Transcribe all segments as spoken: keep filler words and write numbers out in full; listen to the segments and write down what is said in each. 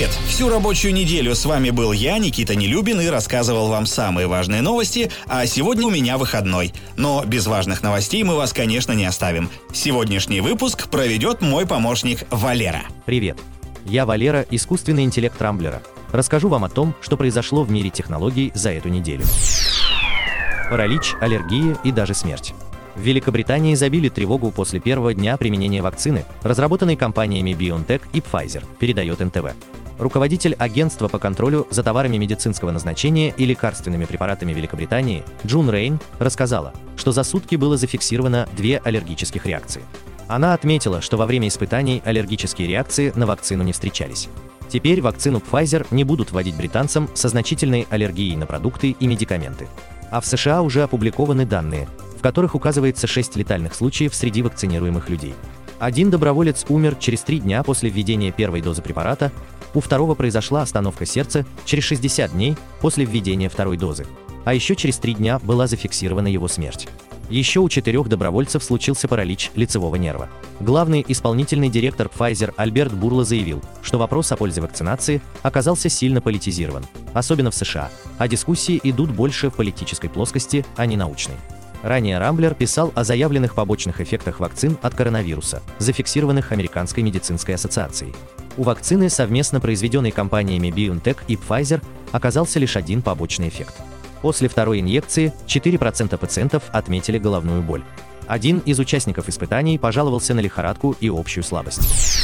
Привет! Всю рабочую неделю с вами был я, Никита Нелюбин, и рассказывал вам самые важные новости, а сегодня у меня выходной. Но без важных новостей мы вас, конечно, не оставим. Сегодняшний выпуск проведет мой помощник Валера. Привет! Я Валера, искусственный интеллект Рамблера. Расскажу вам о том, что произошло в мире технологий за эту неделю. Паралич, аллергия и даже смерть. В Великобритании забили тревогу после первого дня применения вакцины, разработанной компаниями BioNTech и Pfizer, передает эн тэ вэ. Руководитель агентства по контролю за товарами медицинского назначения и лекарственными препаратами Великобритании Джун Рейн рассказала, что за сутки было зафиксировано две аллергических реакции. Она отметила, что во время испытаний аллергические реакции на вакцину не встречались. Теперь вакцину Pfizer не будут вводить британцам со значительной аллергией на продукты и медикаменты. А в США уже опубликованы данные, в которых указывается шесть летальных случаев среди вакцинируемых людей. Один доброволец умер через три дня после введения первой дозы препарата, у второго произошла остановка сердца через шестьдесят дней после введения второй дозы, а еще через три дня была зафиксирована его смерть. Еще у четырех добровольцев случился паралич лицевого нерва. Главный исполнительный директор Pfizer Альберт Бурло заявил, что вопрос о пользе вакцинации оказался сильно политизирован, особенно в США, а дискуссии идут больше в политической плоскости, а не научной. Ранее Рамблер писал о заявленных побочных эффектах вакцин от коронавируса, зафиксированных Американской медицинской ассоциацией. У вакцины, совместно произведенной компаниями BioNTech и Pfizer, оказался лишь один побочный эффект. После второй инъекции четыре процента пациентов отметили головную боль. Один из участников испытаний пожаловался на лихорадку и общую слабость.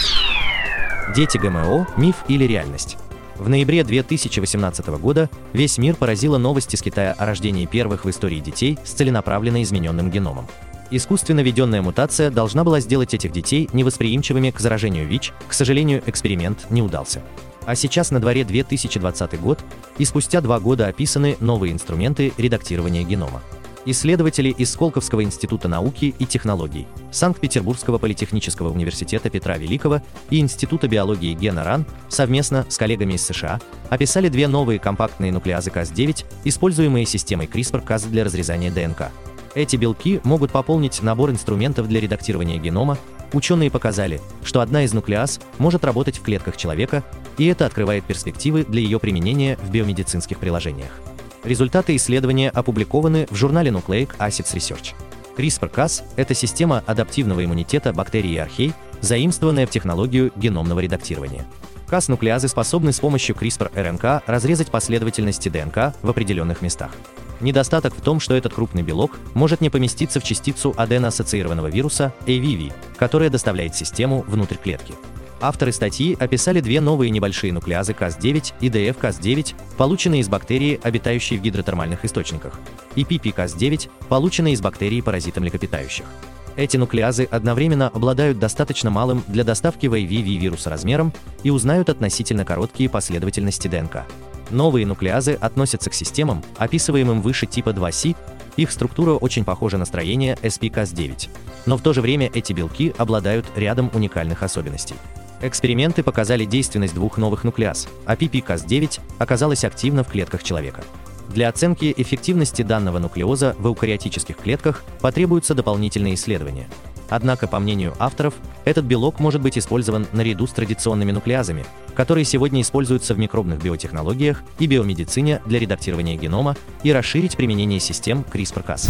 Дети ГМО – миф или реальность? В ноябре две тысячи восемнадцатого года весь мир поразила новость из Китая о рождении первых в истории детей с целенаправленно измененным геномом. Искусственно введенная мутация должна была сделать этих детей невосприимчивыми к заражению ВИЧ, к сожалению, эксперимент не удался. А сейчас на дворе две тысячи двадцатый год, и спустя два года описаны новые инструменты редактирования генома. Исследователи из Сколковского института науки и технологий, Санкт-Петербургского политехнического университета Петра Великого и Института биологии гена РАН совместно с коллегами из США описали две новые компактные нуклеазы Cas девять, используемые системой CRISPR-Cas для разрезания ДНК. Эти белки могут пополнить набор инструментов для редактирования генома. Ученые показали, что одна из нуклеаз может работать в клетках человека, и это открывает перспективы для ее применения в биомедицинских приложениях. Результаты исследования опубликованы в журнале Nucleic Acids Research. CRISPR-Cas – это система адаптивного иммунитета бактерий и архей, заимствованная в технологию геномного редактирования. Cas-нуклеазы способны с помощью CRISPR-РНК разрезать последовательности ДНК в определенных местах. Недостаток в том, что этот крупный белок может не поместиться в частицу адено-ассоциированного вируса эй ви ви, которая доставляет систему внутрь клетки. Авторы статьи описали две новые небольшие нуклеазы Cas девять и ди эф Cas девять, полученные из бактерии, обитающей в гидротермальных источниках, и пи пи Cas девять, полученные из бактерий паразита млекопитающих. Эти нуклеазы одновременно обладают достаточно малым для доставки в эй ви ви вируса размером и узнают относительно короткие последовательности ДНК. Новые нуклеазы относятся к системам, описываемым выше типа два си, их структура очень похожа на строение эс пи Cas девять, но в то же время эти белки обладают рядом уникальных особенностей. Эксперименты показали действенность двух новых нуклеаз, а пи пи Cas девять оказалась активна в клетках человека. Для оценки эффективности данного нуклеоза в эукариотических клетках потребуются дополнительные исследования. Однако, по мнению авторов, этот белок может быть использован наряду с традиционными нуклеазами, которые сегодня используются в микробных биотехнологиях и биомедицине для редактирования генома, и расширить применение систем CRISPR-Cas.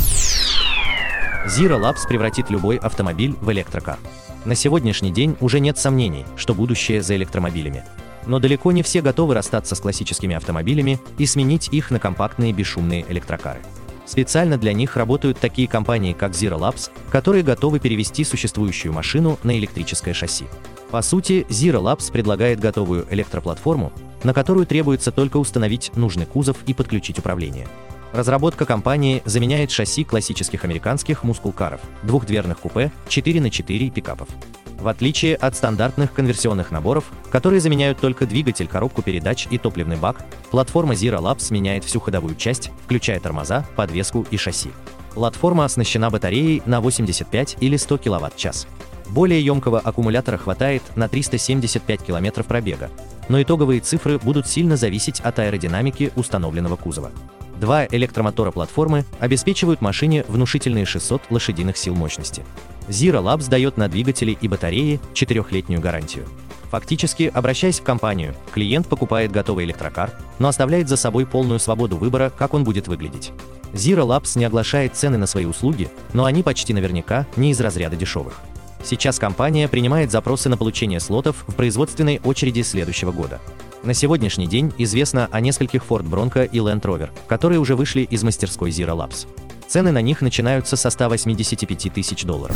Zero Labs превратит любой автомобиль в электрокар. На сегодняшний день уже нет сомнений, что будущее за электромобилями. Но далеко не все готовы расстаться с классическими автомобилями и сменить их на компактные бесшумные электрокары. Специально для них работают такие компании, как Zero Labs, которые готовы перевести существующую машину на электрическое шасси. По сути, Zero Labs предлагает готовую электроплатформу, на которую требуется только установить нужный кузов и подключить управление. Разработка компании заменяет шасси классических американских мускул-каров, двухдверных купе, четыре на четыре пикапов. В отличие от стандартных конверсионных наборов, которые заменяют только двигатель, коробку передач и топливный бак, платформа Zero Labs меняет всю ходовую часть, включая тормоза, подвеску и шасси. Платформа оснащена батареей на восемьдесят пять или сто киловатт-час. Более емкого аккумулятора хватает на триста семьдесят пять километров пробега, но итоговые цифры будут сильно зависеть от аэродинамики установленного кузова. Два электромотора платформы обеспечивают машине внушительные шестьсот лошадиных сил мощности. Zero Labs дает на двигатели и батареи четырехлетнюю гарантию. Фактически, обращаясь в компанию, клиент покупает готовый электрокар, но оставляет за собой полную свободу выбора, как он будет выглядеть. Zero Labs не оглашает цены на свои услуги, но они почти наверняка не из разряда дешевых. Сейчас компания принимает запросы на получение слотов в производственной очереди следующего года. На сегодняшний день известно о нескольких Ford Bronco и Land Rover, которые уже вышли из мастерской Zero Labs. Цены на них начинаются со ста восьмидесяти пяти тысяч долларов.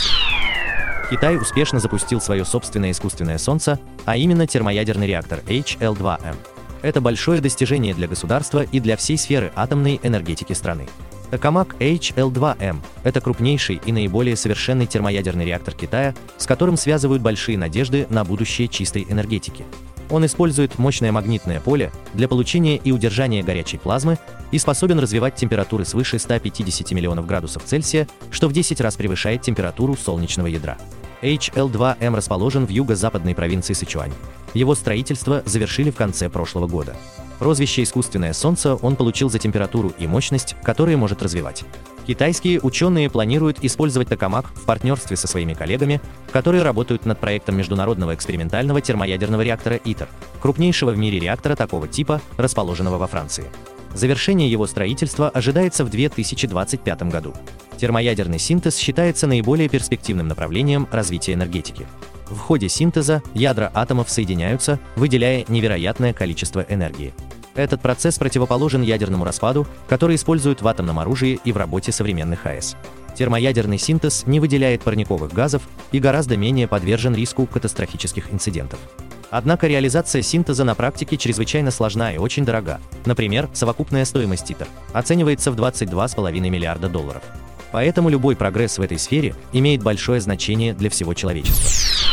Китай успешно запустил свое собственное искусственное солнце, а именно термоядерный реактор эйч эл два эм. Это большое достижение для государства и для всей сферы атомной энергетики страны. Токамак эйч эл два эм – это крупнейший и наиболее совершенный термоядерный реактор Китая, с которым связывают большие надежды на будущее чистой энергетики. Он использует мощное магнитное поле для получения и удержания горячей плазмы и способен развивать температуры свыше ста пятидесяти миллионов градусов Цельсия, что в десять раз превышает температуру солнечного ядра. эйч эл два эм расположен в юго-западной провинции Сычуань. Его строительство завершили в конце прошлого года. Прозвище «Искусственное солнце» он получил за температуру и мощность, которые может развивать. Китайские ученые планируют использовать токамак в партнерстве со своими коллегами, которые работают над проектом международного экспериментального термоядерного реактора ИТЕР, крупнейшего в мире реактора такого типа, расположенного во Франции. Завершение его строительства ожидается в две тысячи двадцать пятом году. Термоядерный синтез считается наиболее перспективным направлением развития энергетики. В ходе синтеза ядра атомов соединяются, выделяя невероятное количество энергии. Этот процесс противоположен ядерному распаду, который используют в атомном оружии и в работе современных АЭС. Термоядерный синтез не выделяет парниковых газов и гораздо менее подвержен риску катастрофических инцидентов. Однако реализация синтеза на практике чрезвычайно сложна и очень дорога. Например, совокупная стоимость ИТЕР оценивается в двадцать два с половиной миллиарда долларов. Поэтому любой прогресс в этой сфере имеет большое значение для всего человечества.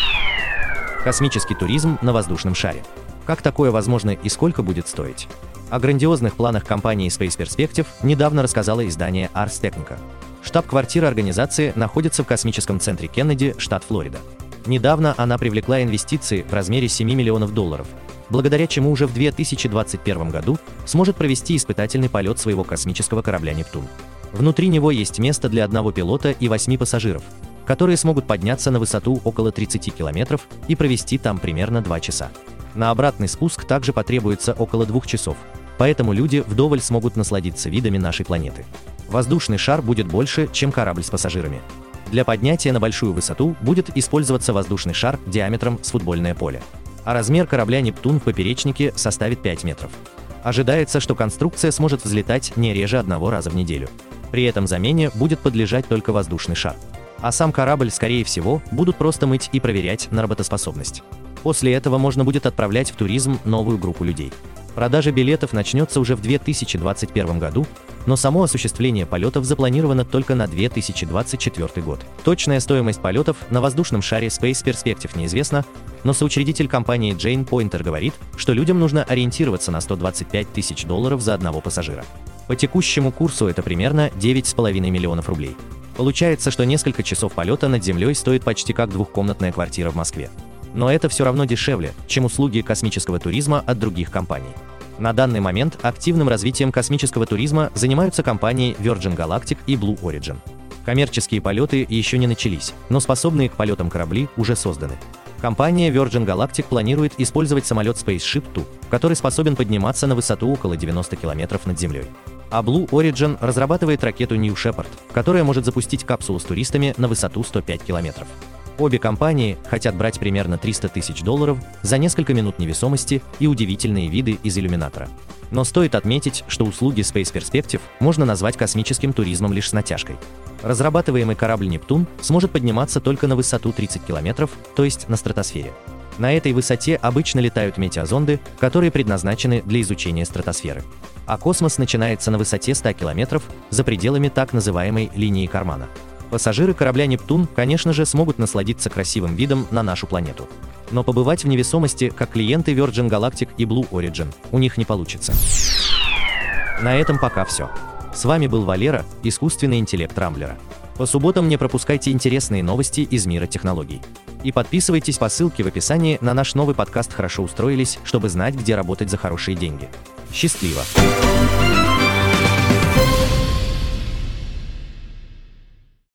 Космический туризм на воздушном шаре. Как такое возможно и сколько будет стоить? О грандиозных планах компании Space Perspective недавно рассказало издание Ars Technica. Штаб-квартира организации находится в космическом центре Кеннеди, штат Флорида. Недавно она привлекла инвестиции в размере семи миллионов долларов, благодаря чему уже в две тысячи двадцать первом году сможет провести испытательный полет своего космического корабля «Нептун». Внутри него есть место для одного пилота и восьми пассажиров, которые смогут подняться на высоту около тридцати километров и провести там примерно два часа. На обратный спуск также потребуется около двух часов, поэтому люди вдоволь смогут насладиться видами нашей планеты. Воздушный шар будет больше, чем корабль с пассажирами. Для поднятия на большую высоту будет использоваться воздушный шар диаметром с футбольное поле. А размер корабля «Нептун» в поперечнике составит пять метров. Ожидается, что конструкция сможет взлетать не реже одного раза в неделю. При этом замене будет подлежать только воздушный шар. А сам корабль, скорее всего, будут просто мыть и проверять на работоспособность. После этого можно будет отправлять в туризм новую группу людей. Продажа билетов начнется уже в две тысячи двадцать первом году, но само осуществление полетов запланировано только на две тысячи двадцать четвёртый год. Точная стоимость полетов на воздушном шаре Space Perspective неизвестна, но соучредитель компании Джейн Пойнтер говорит, что людям нужно ориентироваться на сто двадцать пять тысяч долларов за одного пассажира. По текущему курсу это примерно девять с половиной миллионов рублей. Получается, что несколько часов полета над Землей стоит почти как двухкомнатная квартира в Москве. Но это все равно дешевле, чем услуги космического туризма от других компаний. На данный момент активным развитием космического туризма занимаются компании Virgin Galactic и Blue Origin. Коммерческие полеты еще не начались, но способные к полетам корабли уже созданы. Компания Virgin Galactic планирует использовать самолет Spaceship два, который способен подниматься на высоту около девяноста километров над Землей. А Blue Origin разрабатывает ракету New Shepard, которая может запустить капсулу с туристами на высоту сто пять километров. Обе компании хотят брать примерно триста тысяч долларов за несколько минут невесомости и удивительные виды из иллюминатора. Но стоит отметить, что услуги Space Perspective можно назвать космическим туризмом лишь с натяжкой. Разрабатываемый корабль «Нептун» сможет подниматься только на высоту тридцать километров, то есть на стратосфере. На этой высоте обычно летают метеозонды, которые предназначены для изучения стратосферы. А космос начинается на высоте ста километров за пределами так называемой линии Кармана. Пассажиры корабля «Нептун», конечно же, смогут насладиться красивым видом на нашу планету. Но побывать в невесомости, как клиенты Virgin Galactic и Blue Origin, у них не получится. На этом пока все. С вами был Валера, искусственный интеллект Рамблера. По субботам не пропускайте интересные новости из мира технологий. И подписывайтесь по ссылке в описании на наш новый подкаст «Хорошо устроились», чтобы знать, где работать за хорошие деньги. Счастливо!